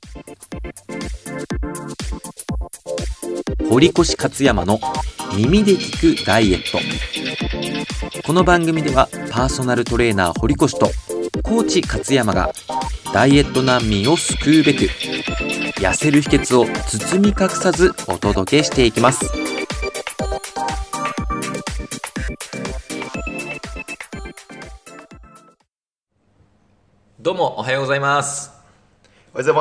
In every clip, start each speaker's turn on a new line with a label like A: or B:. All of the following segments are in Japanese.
A: 堀越勝山の耳で聞くダイエット。この番組ではパーソナルトレーナー堀越とコーチ勝山がダイエット難民を救うべく痩せる秘訣を包み隠さずお届けしていきます。どうもおはようございます。
B: おはようございます。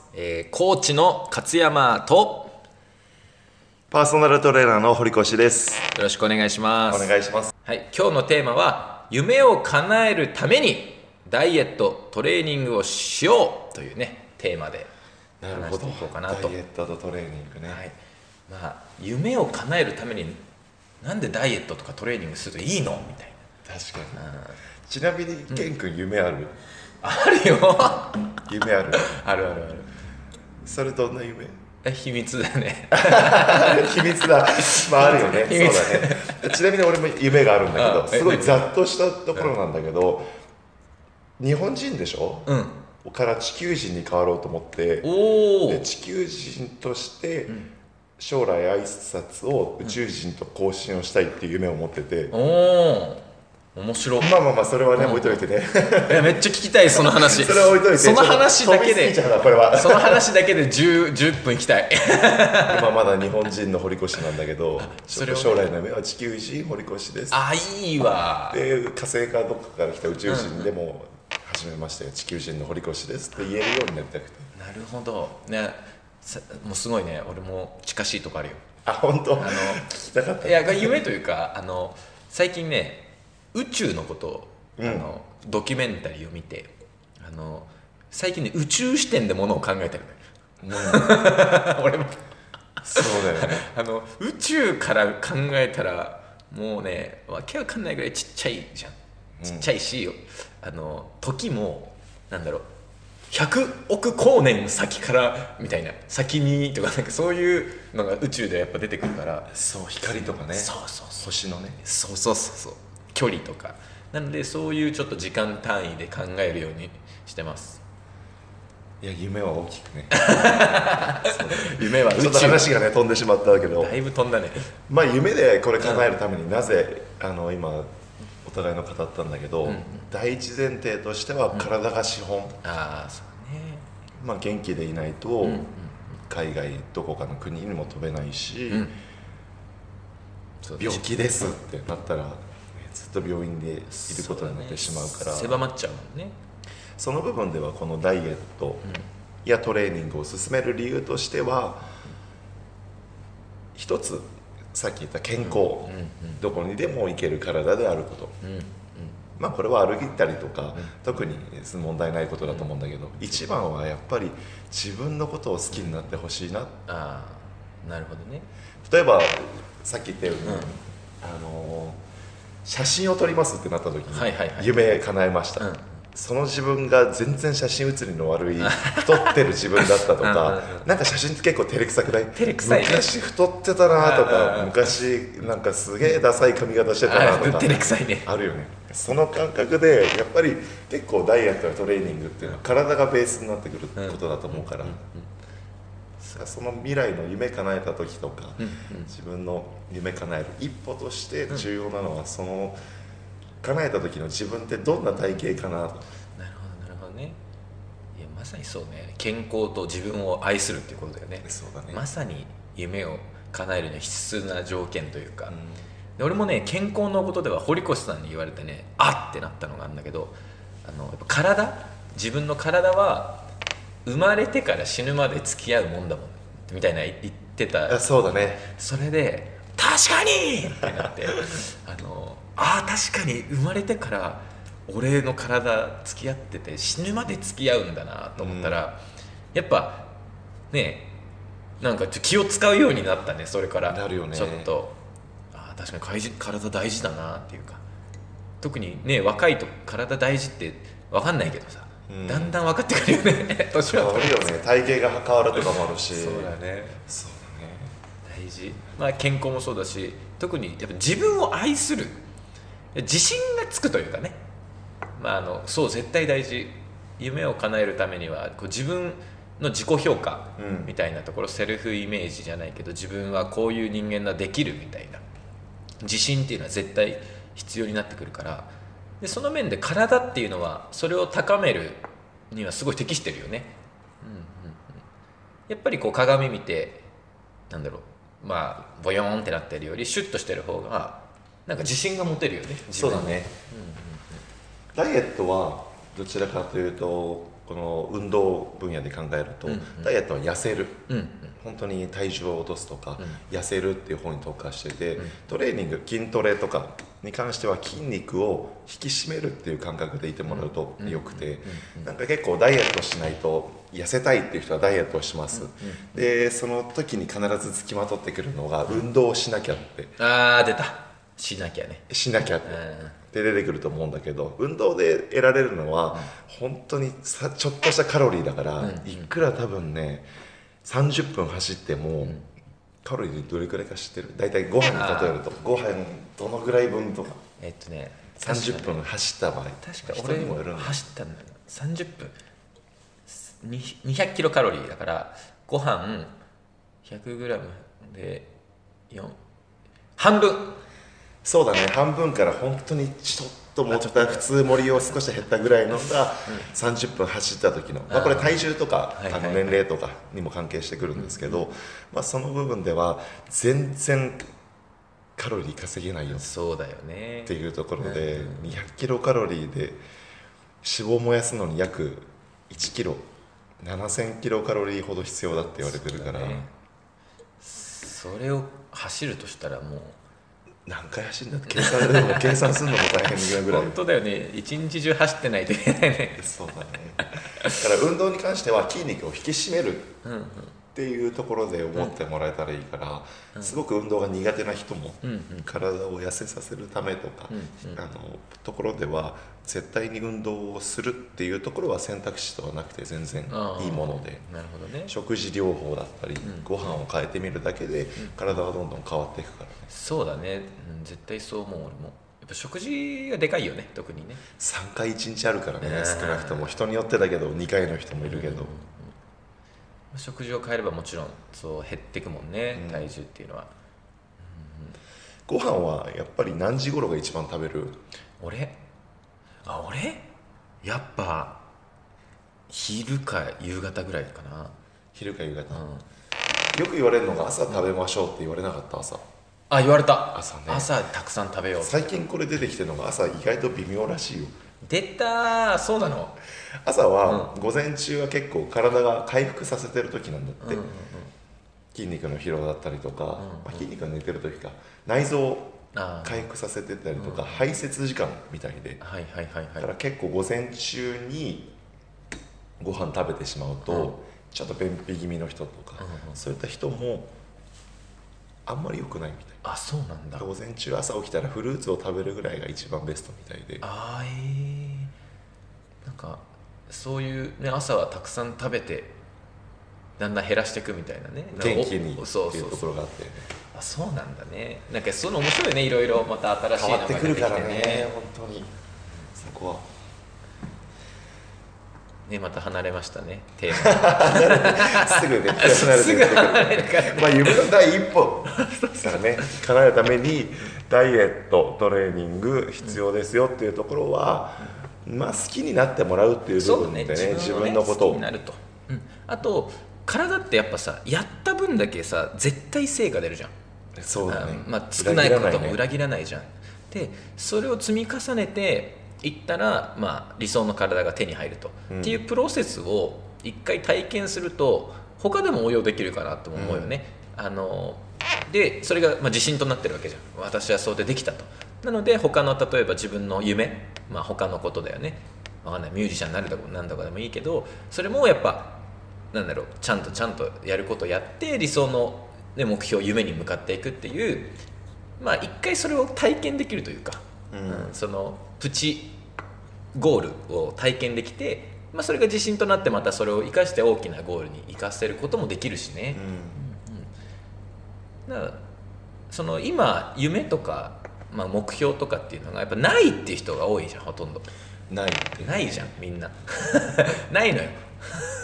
A: コーチの勝山と
B: パーソナルトレーナーの堀越です。
A: よろしくお願いします。
B: お願いします。
A: はい、今日のテーマは夢を叶えるためにダイエットトレーニングをしようというねテーマで話していこうかなと。
B: ダイエットとトレーニングね、
A: はい、まあ夢を叶えるためになんでダイエットとかトレーニングするといいのみたいな。
B: 確かに。ちなみにケン君夢ある？
A: あるよ
B: 夢ある？
A: あるあるある。
B: それどんな夢？
A: 秘密だね
B: 秘密だ。まああるよね。そうだね。ちなみに俺も夢があるんだけど、すごいざっとしたところなんだけど、日本人でしょ？から地球人に変わろうと思って、で地球人として将来挨拶を宇宙人と交信をしたいっていう夢を持ってて、
A: 面白い。
B: まあそれはね、置いといてね。
A: いやめっちゃ聞きたいその話。
B: それは置いといて。
A: その話だけで
B: これは
A: その話だけで10分行きたい。
B: 今まだ日本人の堀越なんだけど、将来の夢は地球人堀越です。
A: いいわ。で
B: 火星かどっかから来た宇宙人でも初めまして地球人の堀越ですって言えるようになりたくて。
A: なるほどね。もうすごいね。俺も近しいとこあるよ。
B: 本当？聞きたかった。
A: いや夢というか最近ね宇宙のことをドキュメンタリーを見て最近ね宇宙視点でものを考えてるね。俺も
B: そうだよね。
A: 宇宙から考えたらもうねわけわかんないぐらいちっちゃいじゃん。ちっちゃいし、時もなんだろう100億光年先からみたいな先にとかなんかそういうのが宇宙でやっぱ出てくるから。
B: そう光とかね。そう星のね。
A: そう距離とかなのでそういうちょっと時間単位で考えるようにしてます。
B: いや夢は大きくね。
A: 夢は宇宙。
B: ちょっと話がね飛んでしまったけど。
A: だいぶ飛んだね。
B: まあ夢でこれ叶えるためになぜ今お互いの語ったんだけど、第一前提としては体が資本。
A: そうね。
B: まあ元気でいないと海外どこかの国にも飛べないし、病気ですってなったらずっと病院でいることになってしまうから
A: 狭まっちゃうもんね。
B: その部分ではこのダイエットやトレーニングを進める理由としては一つさっき言った健康、どこにでも行ける体であること、まあこれは歩いたりとか、特に問題ないことだと思うんだけど、一番はやっぱり自分のことを好きになってほしいな。
A: なるほどね。
B: 例えばさっき言ったように、写真を撮りますってなった時に夢叶えました、その自分が全然写真写りの悪い太ってる自分だったとかなんか写真って結構照れくさくない？
A: 照れくさいね。
B: 昔太ってたなとか昔なんかすげえダサい髪型してたなとか
A: 照れくさいね。
B: あるよね。その感覚でやっぱり結構ダイエットやトレーニングっていうのは体がベースになってくることだと思うから、その未来の夢叶えた時とか、自分の夢叶える一歩として重要なのは、その叶えた時の自分ってどんな体型かなと。
A: なるほどね。いやまさにそうね。健康と自分を愛するっていうことだよね。
B: そうだね。
A: まさに夢を叶えるには必須な条件というか、で俺もね健康のことでは堀越さんに言われてねってなったのがあるんだけど、やっぱ自分の体は生まれてから死ぬまで付き合うもんだもんみたいな言ってた。
B: そうだね。
A: それで確かにってなって確かに生まれてから俺の体付き合ってて死ぬまで付き合うんだなと思ったら、やっぱねなんか気を使うようになったね。それから
B: なるよね。
A: ちょっと確かに体大事だなっていうか、特にね若いと体大事って分かんないけどさ、だんだん分かってくるよね。年は
B: 変わるよね。体型が変わるとかもあるし。
A: そうだね。大事。まあ健康もそうだし、特にやっぱ自分を愛する自信がつくというかね。そう絶対大事。夢を叶えるためには自分の自己評価みたいなところ、セルフイメージじゃないけど、自分はこういう人間ができるみたいな自信っていうのは絶対必要になってくるから、でその面で体っていうのはそれを高めるにはすごい適してるよね、やっぱりこう鏡見てなんだろう、まあボヨーンってなってるよりシュッとしてる方がなんか自信が持てるよね。
B: そうだね、ダイエットはどちらかというとこの運動分野で考えると、ダイエットは痩せる、本当に体重を落とすとか、痩せるっていう方に特化してて、トレーニング筋トレとかに関しては筋肉を引き締めるっていう感覚でいてもらうとよくて、なんか結構ダイエットしないと痩せたいっていう人はダイエットをします、でその時に必ずつきまとってくるのが運動をしなきゃって、
A: 出たしなきゃね
B: しなきゃって出てくると思うんだけど、運動で得られるのは本当にちょっとしたカロリーだから、いくら多分ね30分走っても、カロリーどれくらいか知ってる？大体ご飯に例えるとご飯どのぐらい分とか、30分走った場合、
A: 確か俺走ったんだよ30分200キロカロリーだから、ご飯 100g で半分。
B: そうだね、半分から本当にちょっともうちょっと普通盛りを少し減ったぐらいのが30分走った時の、これ体重とか年齢とかにも関係してくるんですけど、その部分では全然カロリー稼げないよっていうところで、200キロカロリーで脂肪を燃やすのに約1キロ7000キロカロリーほど必要だって言われてるから、
A: それを走るとしたらもう
B: 何回走るんだって計算するのも大変なぐらい
A: 本当だよね、一日中走ってないといけないね
B: そうだね、だから運動に関しては筋肉を引き締めるっていうところで思ってもらえたらいいから、すごく運動が苦手な人も体を痩せさせるためとか、ところでは絶対に運動をするっていうところは選択肢とはなくて全然いいもので、
A: なるほどね、
B: 食事療法だったり、ご飯を変えてみるだけで体はどんどん変わっていくからね。
A: そうだね、絶対そう思う。俺もやっぱ食事がでかいよね、特にね。
B: 3回1日あるからね、少なくとも人によってだけど2回の人もいるけど、
A: 食事を変えればもちろんそう減っていくもんね、体重っていうのは。
B: ご飯はやっぱり何時頃が一番食べる？
A: 俺やっぱ昼か夕方ぐらいかな。
B: 昼か夕方、よく言われるのが朝食べましょうって言われなかった？朝
A: 言われた。
B: 朝ね、
A: 朝たくさん食べよう。
B: 最近これ出てきてるのが朝意外と微妙らしいよ。
A: 出たー、そうなの。
B: 朝は、午前中は結構体が回復させてる時なんだって、筋肉の疲労だったりとか、筋肉が寝てる時か、内臓を回復させてたりとか、排泄時間みたいで、だから結構午前中にご飯食べてしまうと、ちょっと便秘気味の人とか、そういった人もあんまり良くないみたい。
A: そうなんだ。
B: 午前中朝起きたらフルーツを食べるぐらいが一番ベストみたいで。
A: なんかそういうね、朝はたくさん食べてだんだん減らしていくみたいなね、
B: 元気にっていうところがあってね。
A: そうなんだね。なんかそういうの面白いね、いろいろまた新しいのが出てきてね。
B: 変わってくるからね、本当にそこは
A: ね。また離れましたね、テーマ
B: すぐね離れてくる夢の第一歩だからね、叶えるためにダイエットトレーニング必要ですよっていうところは、好きになってもらうっていう部分でね、自分のことを
A: 好きになると、あと体ってやっぱさ、やった分だけさ絶対成果出るじゃん。
B: そうだね、
A: 少ないことも裏切らないじゃん。でそれを積み重ねていったら、理想の体が手に入ると、っていうプロセスを一回体験すると他でも応用できるかなと思うよね、でそれが自信となってるわけじゃん。私はそうできたと。なので他の例えば自分の夢、他のことだよね、わかんない、ミュージシャンになるとかなんとかでもいいけど、それもやっぱちゃんとやることをやって理想の、目標夢に向かっていくっていう、一回それを体験できるというか、そのプチゴールを体験できて、それが自信となってまたそれを生かして大きなゴールに生かせることもできるしね、だからその今夢とか、目標とかっていうのがやっぱないっていう人が多いじゃん。ほとんど
B: ない
A: じゃんみんなないのよ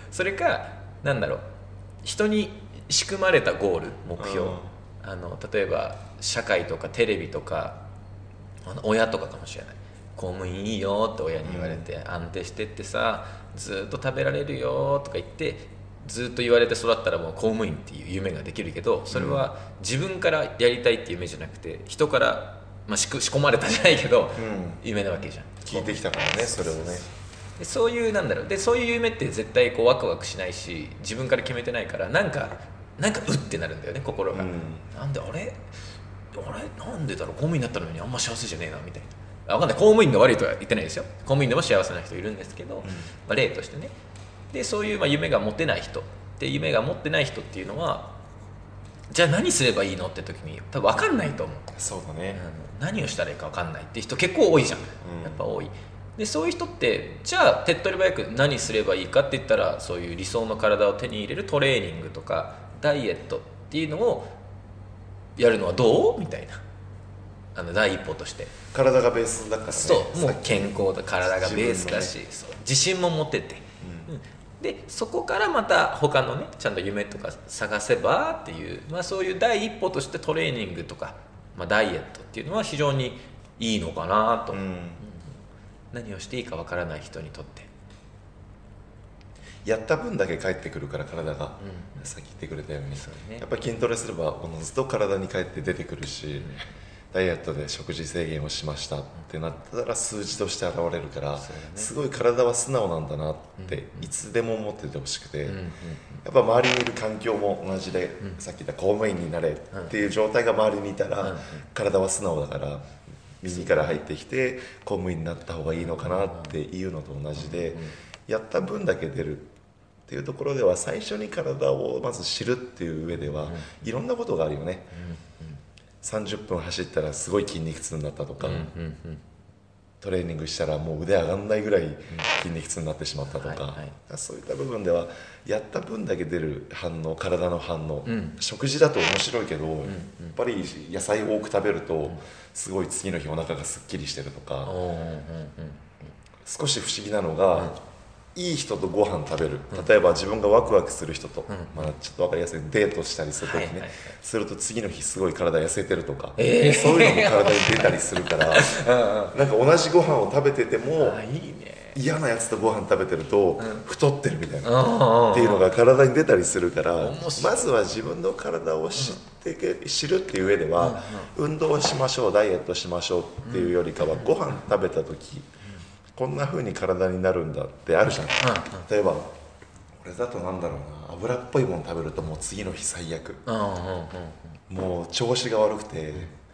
A: それかなんだろう、人に仕組まれたゴール、目標、例えば社会とかテレビとか親とかかもしれない。公務員いいよって親に言われて、安定してってさずっと食べられるよとか言ってずっと言われて育ったらもう公務員っていう夢ができるけど、それは自分からやりたいっていう夢じゃなくて人から、仕込まれたじゃないけど、夢なわけじゃん。
B: 聞いてきたからね、それをね。
A: でそういうなんだろう、でそういう夢って絶対こうワクワクしないし自分から決めてないから、なんかうってなるんだよね、心が。なんであれなんでだろう、公務員になったのにあんま幸せじゃねえなみたいな。分かんない、公務員が悪いとは言ってないですよ。公務員でも幸せな人いるんですけど、例としてね。でそういう夢が持てない人で、夢が持ってない人っていうのはじゃあ何すればいいのって時に多分分かんないと思う。
B: そうだね、
A: 何をしたらいいか分かんないって人結構多いじゃん、やっぱ多い。でそういう人ってじゃあ手っ取り早く何すればいいかって言ったら、そういう理想の体を手に入れるトレーニングとかダイエットっていうのをやるのはどうみたいな、第一歩として
B: 体がベースだからね。
A: そうもう健康だ、体がベースだし、そう自信も持てて、でそこからまた他のねちゃんと夢とか探せばっていう、そういう第一歩としてトレーニングとか、ダイエットっていうのは非常にいいのかなと、何をしていいかわからない人にとって。
B: やった分だけ返ってくるから体が、さっき言ってくれたように、やっぱり筋トレすればおのずと体に返って出てくるし、ダイエットで食事制限をしましたってなったら数字として現れるから、すごい体は素直なんだなっていつでも思っててほしくて、やっぱ周りにいる環境も同じで、さっき言った公務員になれっていう状態が周りにいたら、体は素直だから耳から入ってきて公務員になった方がいいのかなっていうのと同じで、やった分だけ出るっていうところでは最初に体をまず知るっていう上ではいろんなことがあるよね。30分走ったらすごい筋肉痛になったとか、トレーニングしたらもう腕上がんないぐらい筋肉痛になってしまったとか、そういった部分ではやった分だけ出る反応、体の反応、食事だと面白いけど、やっぱり野菜を多く食べるとすごい次の日お腹がすっきりしてるとか、少し不思議なのが、いい人とご飯食べる、例えば自分がワクワクする人と、ちょっと分かりやすいデートしたりするときね、すると次の日すごい体痩せてるとか、そういうのも体に出たりするからなんか同じご飯を食べてても嫌なやつとご飯食べてると太ってるみたいなっていうのが体に出たりするから、まずは自分の体を知るっていう上では、運動をしましょう、ダイエットしましょうっていうよりかは、ご飯食べた時こんな風に体になるんだってあるじゃん。例えば俺だとなんだろうな、油っぽいもの食べるともう次の日最悪、もう調子が悪くて、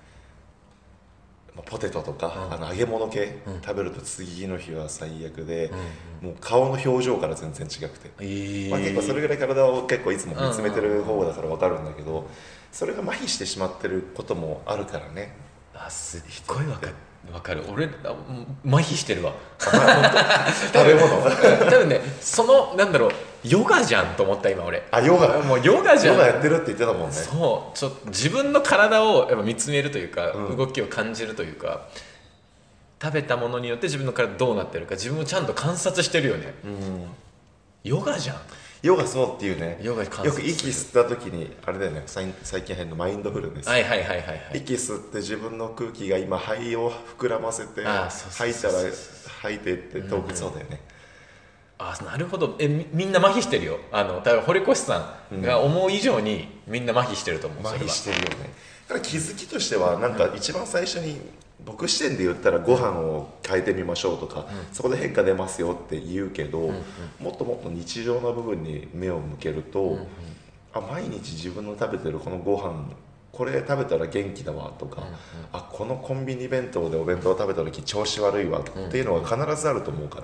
B: ポテトとか、揚げ物系、食べると次の日は最悪で、もう顔の表情から全然違くて、結構それぐらい体を結構いつも見つめてる方だから分かるんだけど、それが麻痺してしまってることもあるからね。
A: すっごい分かる。俺麻痺してるわ
B: 食べ物
A: 多分ね、なんだろう、ヨガじゃんと思った今俺。
B: ヨガ
A: もうヨガじゃん。
B: ヨガやってるって言ってたもんね。
A: そうちょっと自分の体をやっぱ見つめるというか、動きを感じるというか、食べたものによって自分の体どうなってるか自分をちゃんと観察してるよね。ヨガじゃん。
B: ヨガそうっていうね、
A: よく
B: 息吸った時にあれだよね、最近変のマインドフルネス、息吸って自分の空気が今肺を膨らませて、吐いたら吐いてって遠く、そうだよね。
A: なるほど。みんな麻痺してるよ。多分堀越さんが思う以上にみんな麻痺してると思う。
B: 麻痺してるよね。だから気づきとしてはなんか一番最初に僕視点で言ったらご飯を変えてみましょうとか、そこで変化出ますよって言うけど、もっともっと日常の部分に目を向けると、毎日自分の食べてるこのご飯これ食べたら元気だわとか、このコンビニ弁当でお弁当を食べた時調子悪いわっていうのが必ずあると思うから、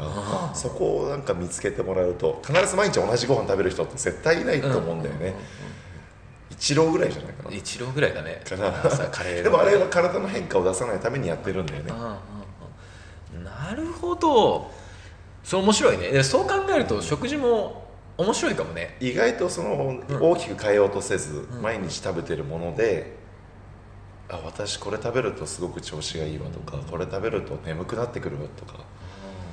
B: そこをなんか見つけてもらうと、必ず毎日同じご飯食べる人って絶対いないと思うんだよね。一郎ぐらいじゃないかな。
A: 一郎ぐらいだね。
B: でもあれは体の変化を出さないためにやってるんだよね。
A: なるほど。そう面白いね。そう考えると食事も面白いかもね。
B: 意外と大きく変えようとせず、毎日食べてるもので、私これ食べるとすごく調子がいいわとか、これ食べると眠くなってくるわとか、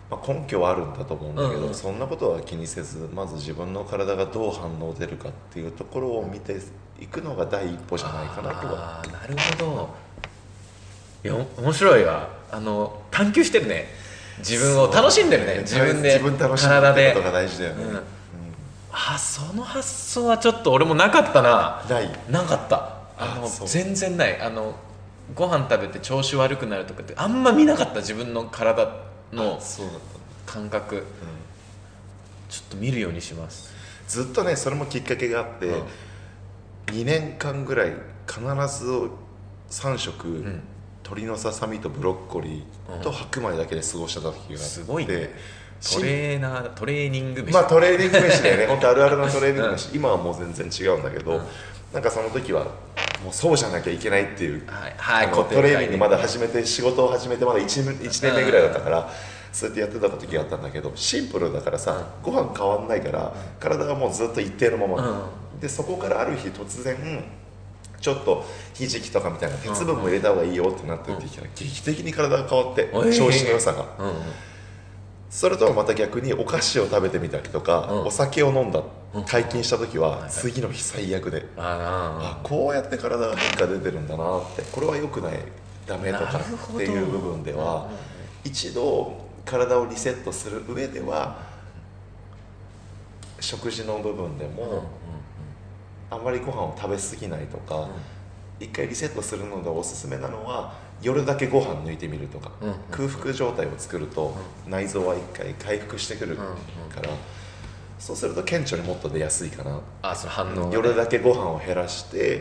B: まあ、根拠はあるんだと思うんだけど、そんなことは気にせずまず自分の体がどう反応出るかっていうところを見ていくのが第一歩じゃないかなとは。
A: なるほど。いや面白いわ。探求してるね、自分を楽しんでるね、自分で、
B: 自分楽しんでることが大事だよね、
A: その発想はちょっと俺もなかったな。なかった。全然ない。ご飯食べて調子悪くなるとかってあんま見なかった。自分の体の感覚、ちょっと見るようにします。
B: ずっとねそれもきっかけがあって、2年間ぐらい必ず3食、鶏のささみとブロッコリーと白米だけで過ごした時があって、
A: すごいね。トレーニング飯。
B: まあトレーニング飯だよね本当あるあるのトレーニング飯、今はもう全然違うんだけど、なんかその時はもうそうじゃなきゃいけないっていう、トレーニングまだ仕事を始めてまだ 1年目ぐらいだったから、そうやってやってた時があったんだけど、シンプルだからさ、ご飯変わんないから体がもうずっと一定のまま、でそこからある日突然ちょっとひじきとかみたいな鉄分も入れた方がいいよってなってってきたら、劇的に体が変わって、調子の良さが、それとはまた逆にお菓子を食べてみたりとか、お酒を飲んだ解禁した時は次の日最悪で、こうやって体が変化出てるんだなって、これは良くない、ダメとかっていう部分では、一度体をリセットする上では食事の部分でもあんまりご飯を食べ過ぎないとか、一回リセットするのでおすすめなのは夜だけご飯抜いてみるとか、空腹状態を作ると内臓は一回回復してくるから、そうすると顕著にもっと出やすいかな。
A: その反応、
B: 夜だけご飯を減らして、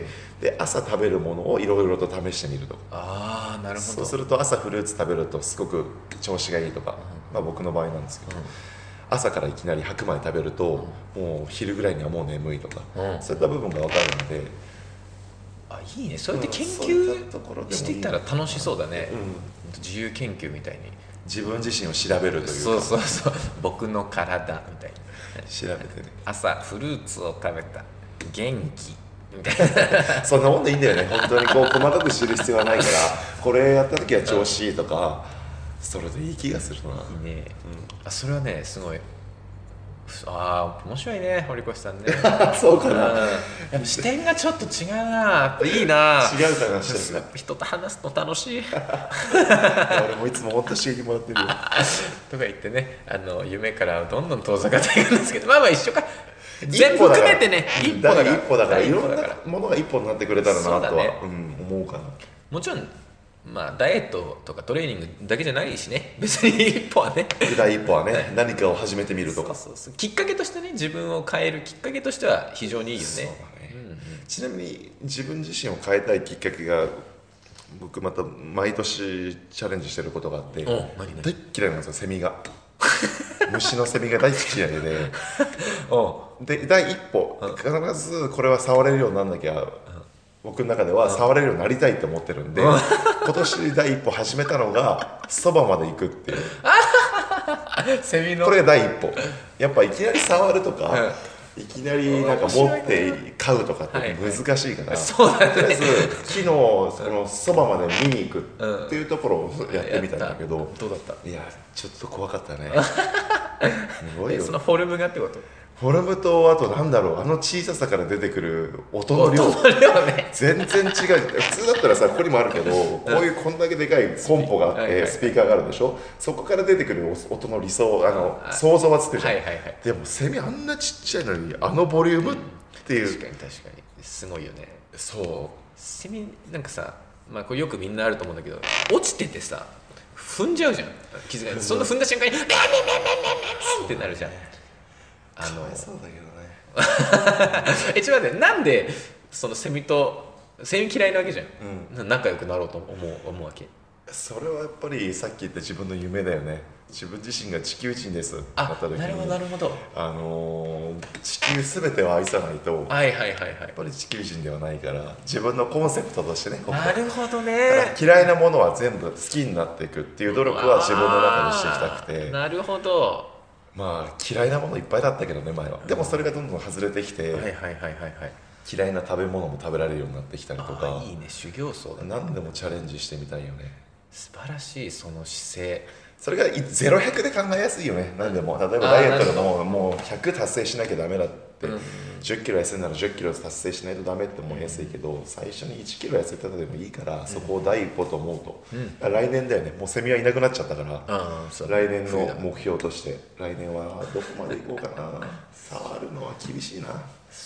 B: で朝食べるものをいろいろと試してみるとか。
A: なるほど。
B: そうすると朝フルーツ食べるとすごく調子がいいとか、まあ僕の場合なんですけど、朝からいきなり白米食べるともう昼ぐらいにはもう眠いとか、そういった部分が分かるので、
A: いいね。そうやって研究していったら楽しそうだね、自由研究みたいに
B: 自分自身を調べるというか、
A: そう僕の体みたいに
B: 調べてね、
A: 朝フルーツを食べた元気みたいな
B: そんなもんでいいんだよね本当に。こう細かく知る必要はないからこれやった時は調子いいとか、それでいい気がするな。
A: いいね、それはねすごい。面白いね、堀越さんね
B: そうかな、
A: やっぱ視点がちょっと違うな。いいな。
B: 違うかな、してる
A: 人と話すの楽しい
B: 俺もいつも本当刺激もらってるよ
A: とか言ってね、夢からどんどん遠ざかっていくんですけど、まあ一緒か、全部含めてね、
B: 一歩だからいろんなものが一歩になってくれたらなとは、思うかな。
A: もちろんダイエットとかトレーニングだけじゃないしね、別に一歩はね、
B: 第一歩はね何かを始めてみるとか、
A: きっかけとしてね、自分を変えるきっかけとしては非常にいいよね。
B: ちなみに自分自身を変えたいきっかけが、僕また毎年チャレンジしてることがあって、大っ嫌いなんですよ、セミが虫のセミが大嫌いでで第一歩、必ずこれは触れるようにならなきゃ、僕の中では触れるようになりたいと思ってるんで、今年第一歩始めたのがそばまで行くっていう
A: セミの
B: これが第一歩。やっぱいきなり触るとか、いきなりなんか持って飼うとかって難しいから、とりあえず木のそばまで見に行くっていうところをやってみたんだけど、
A: どうだった？
B: いやちょっと怖かったねすごいよ。
A: そのフォルムがってこと？
B: フォルムと、あとなんだろう、小ささから出てくる音の量、
A: ね、
B: 全然違う。普通だったらさ、ここにもあるけど、こういうこんだけでかいコンポがあって、スピーカーがあるでしょ、そこから出てくる音の理想、想像はつくじゃん、でもセミあんなちっちゃいのにボリュームっていう、
A: 確かにすごいよね。
B: そう
A: セミなんかさ、これよくみんなあると思うんだけど、落ちててさ踏んじゃうじゃん、気づかない。その踏んだ瞬間にってなるじゃん。
B: かわいそうだけどね
A: ちょっと待って、なんでそのセミ嫌いなわけじゃん、仲良くなろうと思うわけ？
B: それはやっぱりさっき言った自分の夢だよね。自分自身が地球人ですなった時に、
A: なるほど、
B: 地球全てを愛さないと、
A: や
B: っぱり地球人ではないから、自分のコンセプトとしてね、
A: なるほどね。
B: 嫌いなものは全部好きになっていくっていう努力は自分の中でしていきたくて。
A: なるほど。
B: 嫌いなものいっぱいだったけどね、前は。でもそれがどんどん外れてきて、嫌いな食べ物も食べられるようになってきたりとか。
A: いいね、修行僧だね。
B: 何でもチャレンジしてみたいよね。
A: 素晴らしい、その姿勢。
B: それが0-100で考えやすいよね。何でも例えばダイエットでもう100達成しなきゃダメだって、10キロ痩せるなら10キロ達成しないとダメって思いやすいけど、最初に1キロ痩せたでもいいから、そこを第一歩と思うと、来年だよね。もうセミはいなくなっちゃったから、来年の目標として来年はどこまで行こうかな。触るのは厳しいな。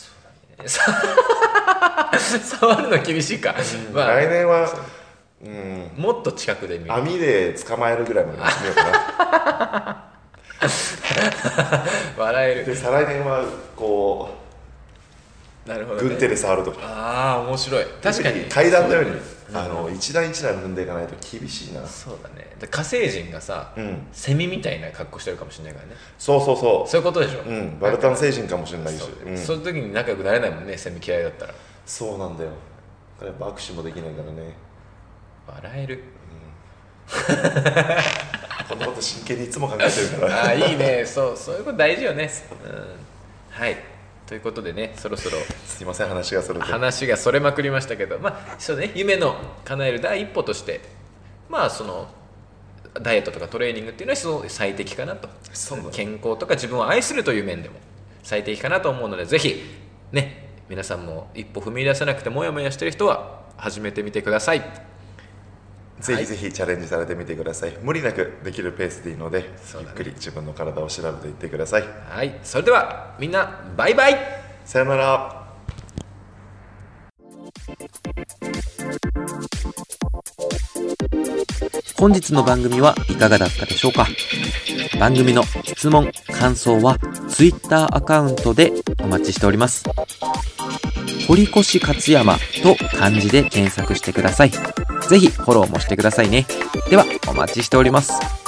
C: 触るの厳しいか、
B: 来年は
C: もっと近くで見る、
B: 網で捕まえるぐらいまで見ようかな。
C: 笑える。
B: で再来年はこう、
C: なるほどね、
B: 軍手で触るとか。
C: ああ面白い。確かに
B: 階段のように一段一段踏んでいかないと厳しいな。
C: そうだね。で火星人がさ、セミみたいな格好してるかもしれないからね。
B: そう
C: いうことでしょ。
B: バルタン星人かもしれないし、
C: そういう時に仲良くなれないもんね、セミ嫌いだったら。
B: そうなんだよ。やっぱ握手もできないからね。
C: 笑える。
B: こんなこと真剣にいつも考えてるから。
C: ああいいね。そういうこと大事よね。はいということでね、そろそろ
B: すいません、話が
C: それまくりましたけど、そうね、夢の叶える第一歩としてそのダイエットとかトレーニングっていうのはその最適かなと。健康とか自分を愛するという面でも最適かなと思うので、ぜひね皆さんも一歩踏み出せなくてモヤモヤしてる人は始めてみてください。
B: ぜひぜひチャレンジされてみてください。無理なくできるペースでいいので、ゆっくり自分の体を調べていってください。
C: はい、それではみんなバイバイ。
B: さよなら。
A: 本日の番組はいかがだったでしょうか。番組の質問・感想は Twitter アカウントでお待ちしております。堀越勝山と漢字で検索してください。ぜひフォローもしてくださいね。ではお待ちしております。